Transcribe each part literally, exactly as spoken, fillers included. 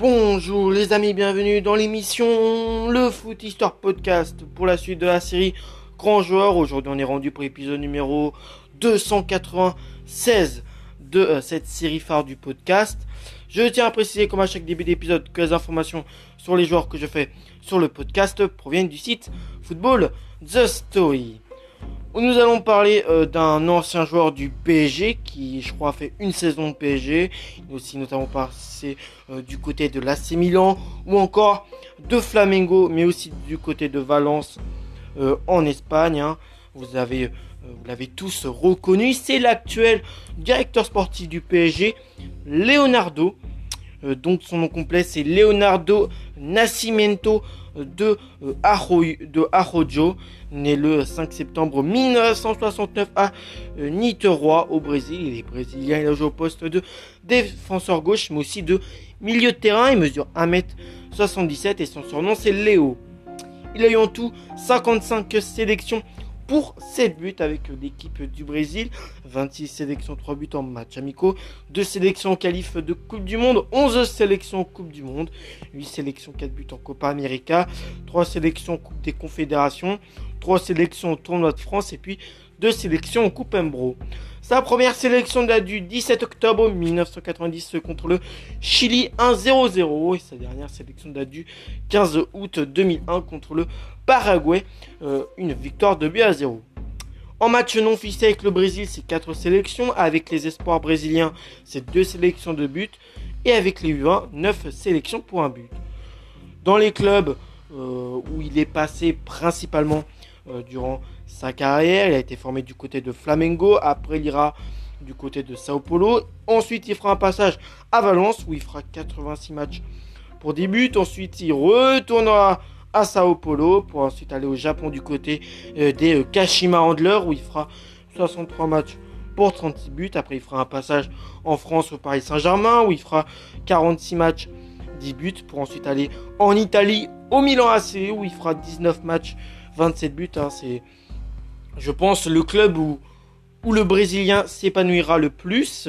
Bonjour les amis, bienvenue dans l'émission Le Foot Histoire Podcast pour la suite de la série Grand Joueur. Aujourd'hui on est rendu pour l'épisode numéro deux cent quatre-vingt-seize de euh, cette série phare du podcast. Je tiens à préciser comme à chaque début d'épisode que les informations sur les joueurs que je fais sur le podcast proviennent du site Football The Story. Nous allons parler euh, d'un ancien joueur du P S G qui, je crois, a fait une saison de P S G. Il est aussi notamment passé euh, du côté de l'A C Milan ou encore de Flamengo, mais aussi du côté de Valence euh, en Espagne. Hein. Vous avez, euh, vous l'avez tous reconnu. C'est l'actuel directeur sportif du P S G, Leonardo. Euh, donc son nom complet, c'est Leonardo Nascimento de, euh, Arroyo, de Arrojo, né le cinq septembre mille neuf cent soixante-neuf à euh, Niterói au Brésil. Il est brésilien, il a joué au poste de défenseur gauche, mais aussi de milieu de terrain. Il mesure un mètre soixante-dix-sept et son surnom c'est Léo. Il a eu en tout cinquante-cinq sélections pour sept buts avec l'équipe du Brésil, vingt-six sélections, trois buts en matchs amicaux, deux sélections en qualif de Coupe du Monde, onze sélections en Coupe du Monde, huit sélections, quatre buts en Copa América, trois sélections en Coupe des Confédérations, trois sélections au Tournoi de France et puis deux sélections en Coupe Embro. Sa première sélection date du dix-sept octobre mille neuf cent quatre-vingt-dix contre le Chili un zéro zéro et sa dernière sélection date du quinze août deux mille un contre le Paraguay, euh, une victoire de but à zéro. En match non officiel avec le Brésil, c'est quatre sélections, avec les espoirs brésiliens, c'est deux sélections de but et avec les U vingt, neuf sélections pour un but. Dans les clubs euh, où il est passé principalement euh, durant sa carrière, il a été formé du côté de Flamengo, après il ira du côté de Sao Paulo, ensuite il fera un passage à Valence où il fera quatre-vingt-six matchs pour dix buts, ensuite il retournera à Sao Paulo pour ensuite aller au Japon du côté euh, des euh, Kashima Antlers où il fera soixante-trois matchs pour trente-six buts, après il fera un passage en France au Paris Saint-Germain où il fera quarante-six matchs, dix buts, pour ensuite aller en Italie au Milan A C où il fera dix-neuf matchs, vingt-sept buts, hein, c'est je pense le club où, où le Brésilien s'épanouira le plus.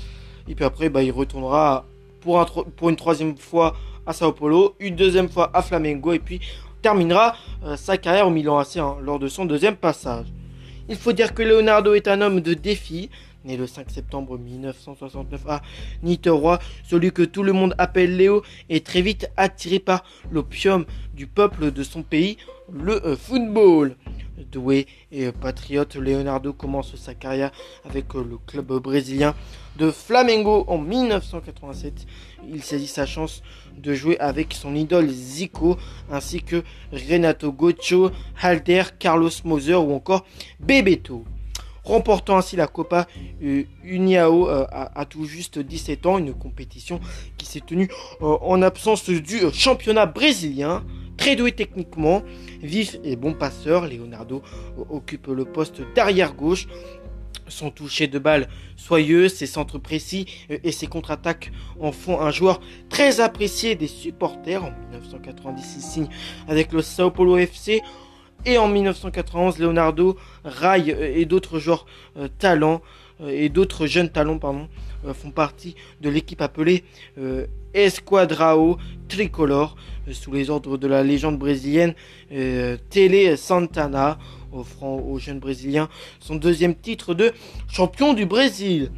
Et puis après, bah, il retournera pour, un, pour une troisième fois à Sao Paulo, une deuxième fois à Flamengo, et puis terminera euh, sa carrière au Milan A C hein, lors de son deuxième passage. Il faut dire que Leonardo est un homme de défi, né le cinq septembre mille neuf cent soixante-neuf à Niterói, celui que tout le monde appelle Léo, est très vite attiré par l'opium du peuple de son pays, le euh, football. Doué et patriote, Leonardo commence sa carrière avec le club brésilien de Flamengo en mille neuf cent quatre-vingt-sept. Il saisit sa chance de jouer avec son idole Zico ainsi que Renato Gaucho, Halter, Carlos Moser ou encore Bebeto. Remportant ainsi la Copa euh, União euh, à, à tout juste dix-sept ans, une compétition qui s'est tenue euh, en absence du euh, championnat brésilien. Très doué techniquement, vif et bon passeur, Leonardo occupe le poste d'arrière gauche. Son toucher de balle soyeux, ses centres précis et ses contre-attaques en font un joueur très apprécié des supporters. En mille neuf cent quatre-vingt-dix, il signe avec le Sao Paulo F C. Et en mille neuf cent quatre-vingt-onze, Leonardo, Rai et d'autres joueurs euh, talents euh, et d'autres jeunes talents pardon, euh, font partie de l'équipe appelée euh, Esquadrão Tricolor euh, sous les ordres de la légende brésilienne euh, Tele Santana, offrant aux jeunes brésiliens son deuxième titre de champion du Brésil.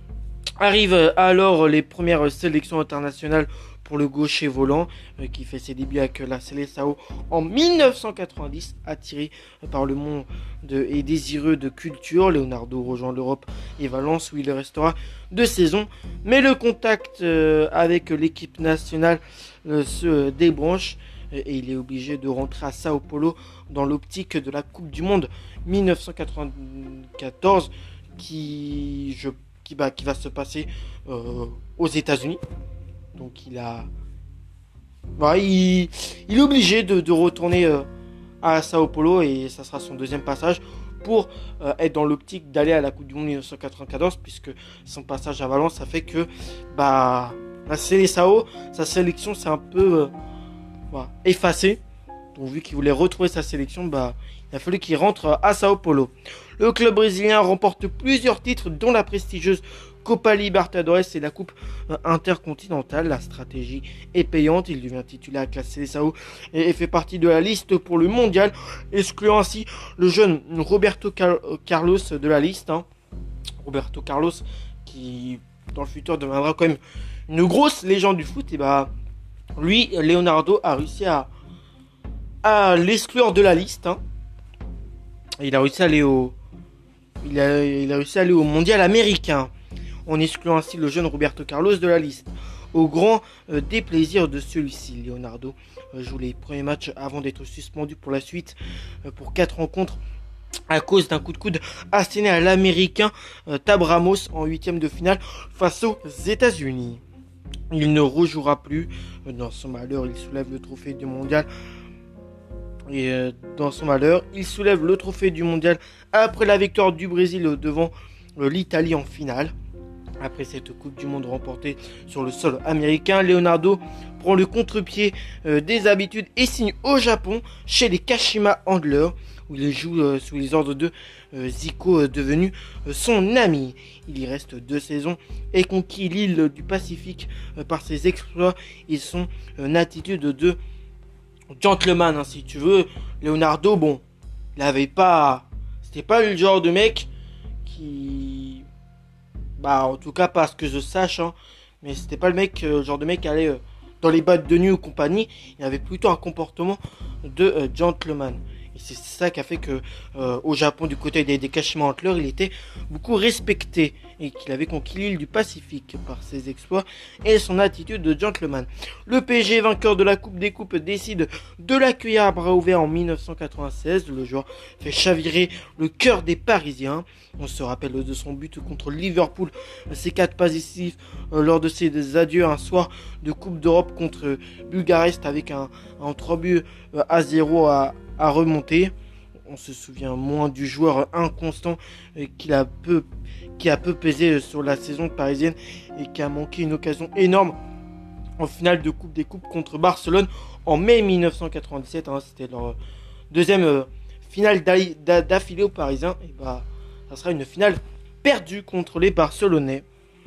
Arrivent alors les premières sélections internationales pour le gaucher volant euh, qui fait ses débuts avec la Seleção en mille neuf cent quatre-vingt-dix. Attiré par le monde de, et désireux de culture, Leonardo rejoint l'Europe et Valence où il restera deux saisons. Mais le contact euh, avec l'équipe nationale euh, se débranche euh, et il est obligé de rentrer à Sao Paulo dans l'optique de la Coupe du Monde mille neuf cent quatre-vingt-quatorze qui, je, qui, bah, qui va se passer euh, aux États-Unis. Donc il a, bah, il, il est obligé de, de retourner euh, à Sao Paulo et ça sera son deuxième passage pour euh, être dans l'optique d'aller à la Coupe du Monde mille neuf cent quatre-vingt-quatorze, puisque son passage à Valence ça fait que bah la Seleção, sa sélection s'est un peu euh, bah, effacée. Donc vu qu'il voulait retrouver sa sélection, bah il a fallu qu'il rentre à Sao Paulo. Le club brésilien remporte plusieurs titres, dont la prestigieuse Copa Libertadores et la Coupe intercontinentale. La stratégie est payante. Il devient titulaire avec la Seleção et fait partie de la liste pour le mondial, excluant ainsi le jeune Roberto Carlos de la liste. Hein. Roberto Carlos qui, dans le futur, deviendra quand même une grosse légende du foot. Et bah, lui, Leonardo a réussi à, à l'exclure de la liste. Hein. Il a réussi à aller au, il a, il a réussi à aller au mondial américain, en excluant ainsi le jeune Roberto Carlos de la liste. Au grand euh, déplaisir de celui-ci, Leonardo euh, joue les premiers matchs avant d'être suspendu pour la suite euh, pour quatre rencontres à cause d'un coup de coude asséné à l'américain euh, Tab Ramos en huitième de finale face aux États-Unis. Il ne rejouera plus. Euh, dans son malheur, il soulève le trophée du mondial. Et euh, dans son malheur, il soulève le trophée du mondial après la victoire du Brésil devant euh, l'Italie en finale. Après cette Coupe du Monde remportée sur le sol américain, Leonardo prend le contre-pied euh, des habitudes et signe au Japon chez les Kashima Antlers, où il joue euh, sous les ordres de euh, Zico, euh, devenu euh, son ami. Il y reste deux saisons et conquit l'île du Pacifique euh, par ses exploits et son euh, attitude de gentleman, hein, si tu veux. Leonardo, bon, il avait pas, c'était pas le genre de mec qui, bah, en tout cas pas à ce que je sache, hein, mais c'était pas le mec, euh, le genre de mec qui allait euh, dans les boîtes de nuit ou compagnie. Il avait plutôt un comportement de euh, gentleman. Et c'est ça qui a fait que euh, au Japon, du côté des, des Kashima Antlers, il était beaucoup respecté et qu'il avait conquis l'île du Pacifique par ses exploits et son attitude de gentleman. Le P S G, vainqueur de la Coupe des Coupes, décide de l'accueillir à bras ouverts en dix-neuf cent quatre-vingt-seize. Le joueur fait chavirer le cœur des Parisiens. On se rappelle de son but contre Liverpool, ses quatre passes décisives euh, lors de ses adieux un soir de Coupe d'Europe contre Bucarest avec un, un trois buts euh, à zéro à à remonter. On se souvient moins du joueur inconstant euh, qui, a peu, qui a peu pesé sur la saison parisienne et qui a manqué une occasion énorme en finale de Coupe des Coupes contre Barcelone en mai dix-neuf cent quatre-vingt-dix-sept. Hein, c'était leur deuxième euh, finale d'affilée aux Parisiens. Et bah, ça sera une finale perdue contre les Barcelonais.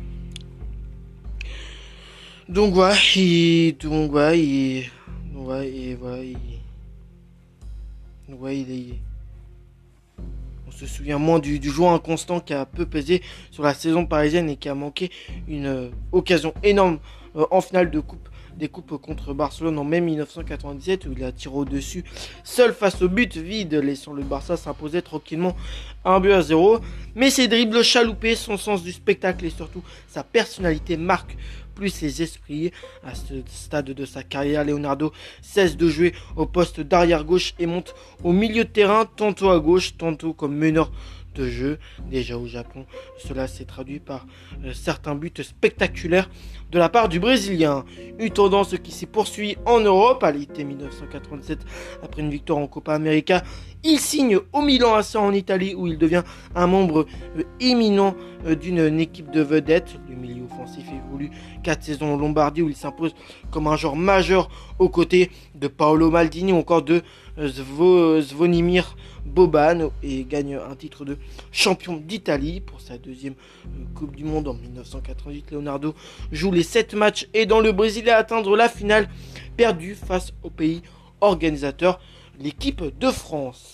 Donc voilà, il, donc voilà, il, donc voilà, et voilà, il, Ouais, il est... On se souvient moins du, du joueur inconstant qui a peu pesé sur la saison parisienne et qui a manqué une euh, occasion énorme euh, en finale de coupe des coupes contre Barcelone en mai dix-neuf cent quatre-vingt-dix-sept, où il a tiré au-dessus seul face au but vide, laissant le Barça s'imposer tranquillement un but à zéro. Mais ses dribbles chaloupés, son sens du spectacle et surtout sa personnalité marquent plus les esprits. À ce stade de sa carrière, Leonardo cesse de jouer au poste d'arrière gauche et monte au milieu de terrain, tantôt à gauche, tantôt comme meneur de jeu. Déjà au Japon, cela s'est traduit par euh, certains buts spectaculaires de la part du Brésilien. Une tendance qui s'est poursuivie en Europe à l'été dix-neuf cent quatre-vingt-sept après une victoire en Copa América. Il signe au Milan A C en Italie, où il devient un membre euh, éminent euh, d'une équipe de vedettes. Le milieu offensif évolue quatre saisons en Lombardie, où il s'impose comme un joueur majeur aux côtés de Paolo Maldini ou encore de euh, Zvo, Zvonimir Boban, et gagne un titre de champion d'Italie. Pour sa deuxième euh, Coupe du Monde en dix-neuf cent quatre-vingt-huit, Leonardo joue les sept matchs et dans le Brésil à atteindre la finale, perdue face au pays organisateur, l'équipe de France.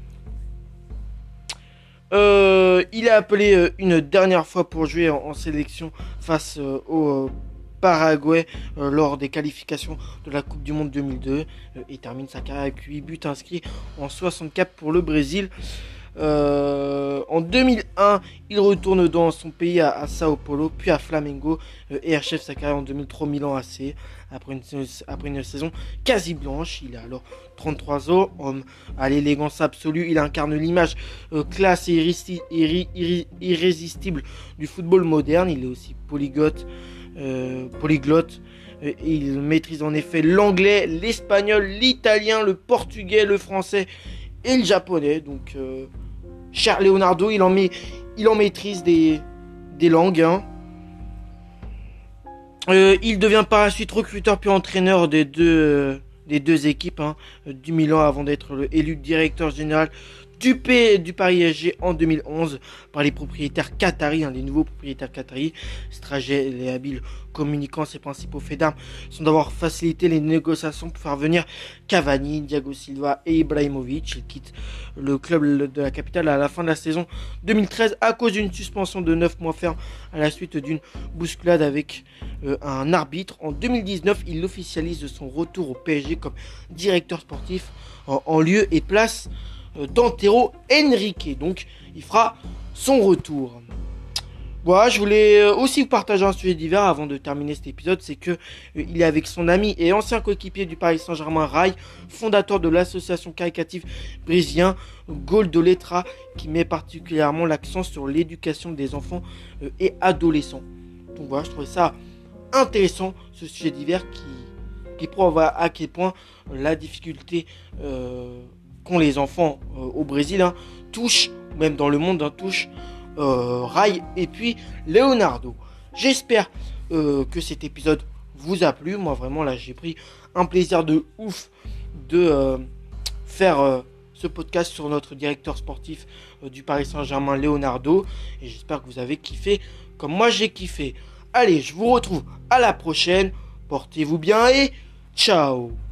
Euh, il est appelé euh, une dernière fois pour jouer en, en sélection face euh, au euh, Paraguay euh, lors des qualifications de la Coupe du Monde deux mille deux euh, et termine sa carrière avec huit buts inscrits en soixante-quatre pour le Brésil. Euh, en deux mille un, il retourne dans son pays à, à Sao Paulo, puis à Flamengo euh, et achève sa carrière en deux mille trois Milan A C. Après une, après une saison quasi blanche, il a alors trente-trois ans, homme à l'élégance absolue. Il incarne l'image euh, classe et irrési- irri- irri- irrésistible du football moderne. Il est aussi polyglotte, euh, polyglotte. Euh, il maîtrise en effet l'anglais, l'espagnol, l'italien, le portugais, le français et le japonais. Donc euh, cher Leonardo, il en, met, il en maîtrise des, des langues. Hein. Euh, il devient par la suite recruteur puis entraîneur des deux, des deux équipes hein, du Milan avant d'être élu directeur général du, P, du Paris S G en deux mille onze par les propriétaires qataris, hein, les nouveaux propriétaires qataris. Ce trajet, les habiles communicants, ses principaux faits d'armes sont d'avoir facilité les négociations pour faire venir Cavani, Thiago Silva et Ibrahimovic. Ils quittent le club de la capitale à la fin de la saison deux mille treize à cause d'une suspension de neuf mois ferme à la suite d'une bousculade avec euh, un arbitre. En deux mille dix-neuf, il officialise son retour au P S G comme directeur sportif en, en lieu et place d'Antero Henrique. Donc il fera son retour. Voilà, je voulais aussi vous partager un sujet divers avant de terminer cet épisode. C'est que euh, il est avec son ami et ancien coéquipier du Paris Saint-Germain, Rai, fondateur de l'association caritative brésilien Goldoletra, qui met particulièrement l'accent sur l'éducation des enfants euh, et adolescents. Donc voilà, je trouvais ça intéressant, ce sujet divers qui, qui prouve à, à quel point la difficulté euh, qu'ont les enfants euh, au Brésil hein, touche, même dans le monde, hein, touche euh, Rai et puis Leonardo. J'espère euh, que cet épisode vous a plu. Moi vraiment là j'ai pris un plaisir de ouf de euh, faire euh, ce podcast sur notre directeur sportif euh, du Paris Saint-Germain, Leonardo, et j'espère que vous avez kiffé comme moi j'ai kiffé. Allez, je vous retrouve à la prochaine, portez-vous bien et ciao.